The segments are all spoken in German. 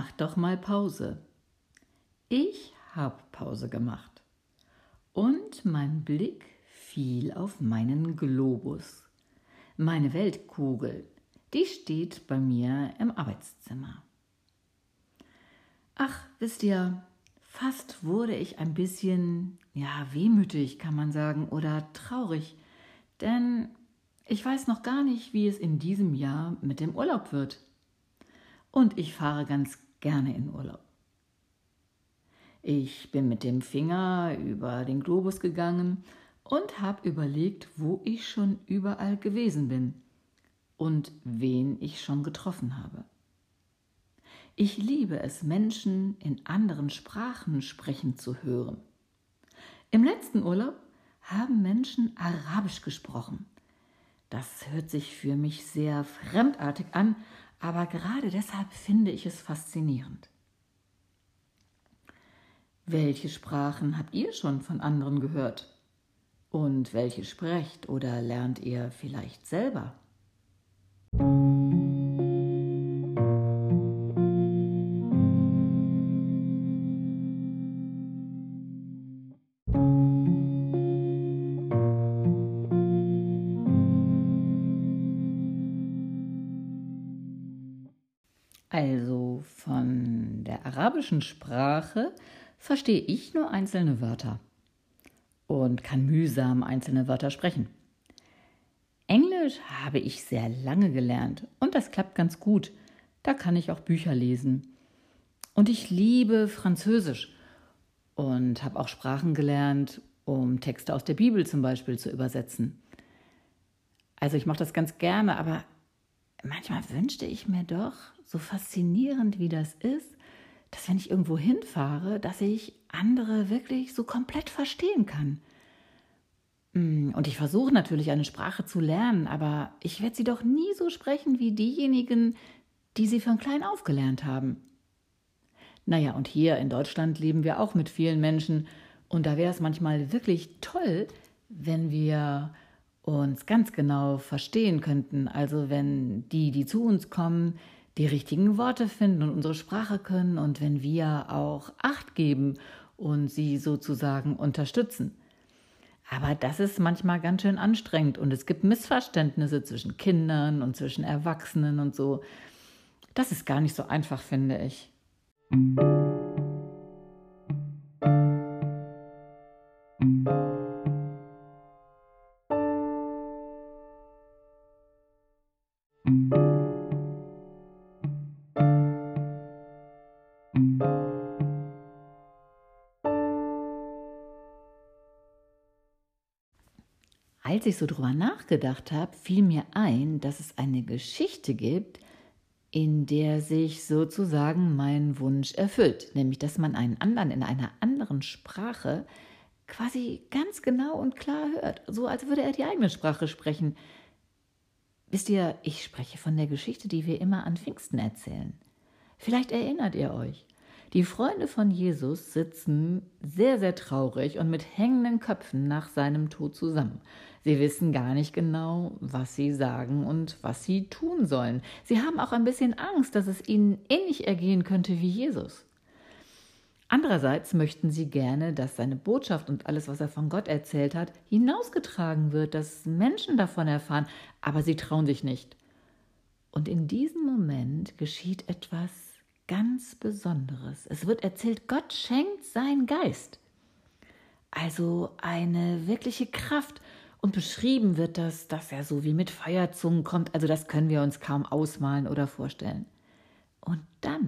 Mach doch mal Pause. Ich habe Pause gemacht und mein Blick fiel auf meinen Globus. Meine Weltkugel, die steht bei mir im Arbeitszimmer. Ach, wisst ihr, fast wurde ich ein bisschen, wehmütig kann man sagen, oder traurig, denn ich weiß noch gar nicht, wie es in diesem Jahr mit dem Urlaub wird. Und ich fahre ganz gerne in Urlaub. Ich bin mit dem Finger über den Globus gegangen und habe überlegt, wo ich schon überall gewesen bin und wen ich schon getroffen habe. Ich liebe es, Menschen in anderen Sprachen sprechen zu hören. Im letzten Urlaub haben Menschen Arabisch gesprochen. Das hört sich für mich sehr fremdartig an, aber gerade deshalb finde ich es faszinierend. Welche Sprachen habt ihr schon von anderen gehört? Und welche sprecht oder lernt ihr vielleicht selber? Also von der arabischen Sprache verstehe ich nur einzelne Wörter und kann mühsam einzelne Wörter sprechen. Englisch habe ich sehr lange gelernt und das klappt ganz gut. Da kann ich auch Bücher lesen. Und ich liebe Französisch und habe auch Sprachen gelernt, um Texte aus der Bibel zum Beispiel zu übersetzen. Also ich mache das ganz gerne, aber manchmal wünschte ich mir doch, so faszinierend wie das ist, dass wenn ich irgendwo hinfahre, dass ich andere wirklich so komplett verstehen kann. Und ich versuche natürlich eine Sprache zu lernen, aber ich werde sie doch nie so sprechen wie diejenigen, die sie von klein auf gelernt haben. Naja, und hier in Deutschland leben wir auch mit vielen Menschen und da wäre es manchmal wirklich toll, wenn wir uns ganz genau verstehen könnten. Also wenn die zu uns kommen, die richtigen Worte finden und unsere Sprache können und wenn wir auch Acht geben und sie sozusagen unterstützen. Aber das ist manchmal ganz schön anstrengend und es gibt Missverständnisse zwischen Kindern und zwischen Erwachsenen und so. Das ist gar nicht so einfach, finde ich. Als ich so drüber nachgedacht habe, fiel mir ein, dass es eine Geschichte gibt, in der sich sozusagen mein Wunsch erfüllt. Nämlich, dass man einen anderen in einer anderen Sprache quasi ganz genau und klar hört. So als würde er die eigene Sprache sprechen. Wisst ihr, ich spreche von der Geschichte, die wir immer an Pfingsten erzählen. Vielleicht erinnert ihr euch. Die Freunde von Jesus sitzen sehr, sehr traurig und mit hängenden Köpfen nach seinem Tod zusammen. Sie wissen gar nicht genau, was sie sagen und was sie tun sollen. Sie haben auch ein bisschen Angst, dass es ihnen ähnlich ergehen könnte wie Jesus. Andererseits möchten sie gerne, dass seine Botschaft und alles, was er von Gott erzählt hat, hinausgetragen wird, dass Menschen davon erfahren, aber sie trauen sich nicht. Und in diesem Moment geschieht etwas ganz Besonderes. Es wird erzählt, Gott schenkt seinen Geist. Also eine wirkliche Kraft. Und beschrieben wird das, dass er so wie mit Feuerzungen kommt. Also das können wir uns kaum ausmalen oder vorstellen. Und dann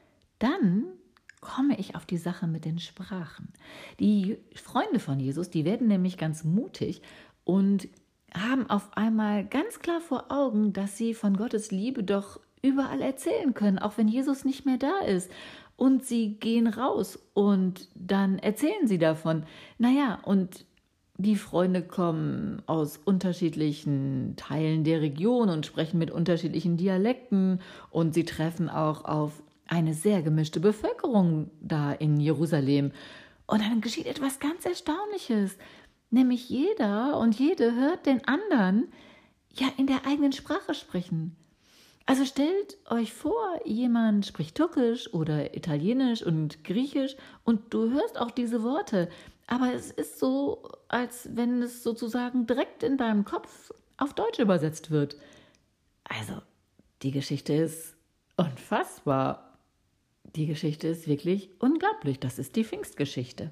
komme ich auf die Sache mit den Sprachen. Die Freunde von Jesus, die werden nämlich ganz mutig und haben auf einmal ganz klar vor Augen, dass sie von Gottes Liebe doch überall erzählen können, auch wenn Jesus nicht mehr da ist. Und sie gehen raus und dann erzählen sie davon. Naja, und die Freunde kommen aus unterschiedlichen Teilen der Region und sprechen mit unterschiedlichen Dialekten und sie treffen auch auf eine sehr gemischte Bevölkerung da in Jerusalem. Und dann geschieht etwas ganz Erstaunliches, nämlich jeder und jede hört den anderen ja in der eigenen Sprache sprechen. Also stellt euch vor, jemand spricht Türkisch oder Italienisch und Griechisch und du hörst auch diese Worte, aber es ist so, als wenn es sozusagen direkt in deinem Kopf auf Deutsch übersetzt wird. Also, die Geschichte ist unfassbar. Die Geschichte ist wirklich unglaublich. Das ist die Pfingstgeschichte.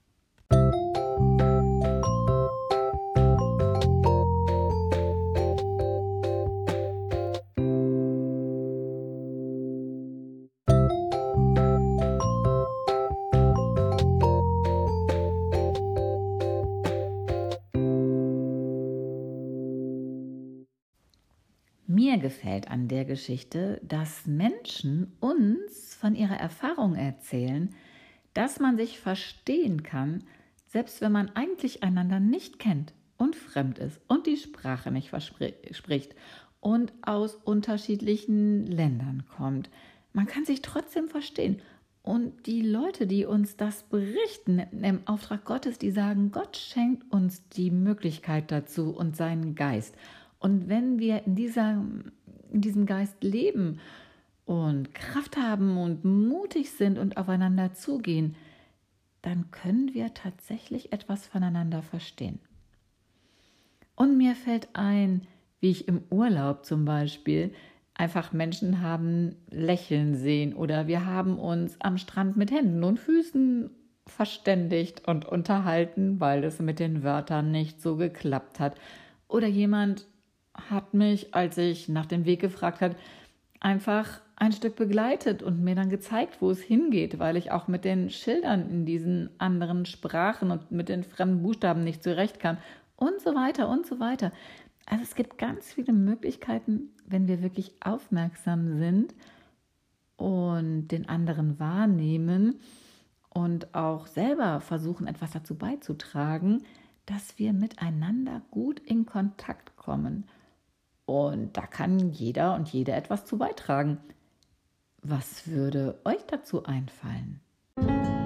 Mir gefällt an der Geschichte, dass Menschen uns von ihrer Erfahrung erzählen, dass man sich verstehen kann, selbst wenn man eigentlich einander nicht kennt und fremd ist und die Sprache nicht spricht und aus unterschiedlichen Ländern kommt. Man kann sich trotzdem verstehen. Und die Leute, die uns das berichten im Auftrag Gottes, die sagen, Gott schenkt uns die Möglichkeit dazu und seinen Geist. Und wenn wir in diesem Geist leben und Kraft haben und mutig sind und aufeinander zugehen, dann können wir tatsächlich etwas voneinander verstehen. Und mir fällt ein, wie ich im Urlaub zum Beispiel einfach Menschen haben lächeln sehen oder wir haben uns am Strand mit Händen und Füßen verständigt und unterhalten, weil es mit den Wörtern nicht so geklappt hat. Oder jemand hat mich, als ich nach dem Weg gefragt habe, einfach ein Stück begleitet und mir dann gezeigt, wo es hingeht, weil ich auch mit den Schildern in diesen anderen Sprachen und mit den fremden Buchstaben nicht zurechtkam und so weiter und so weiter. Also es gibt ganz viele Möglichkeiten, wenn wir wirklich aufmerksam sind und den anderen wahrnehmen und auch selber versuchen, etwas dazu beizutragen, dass wir miteinander gut in Kontakt kommen. Und da kann jeder und jede etwas zu beitragen. Was würde euch dazu einfallen?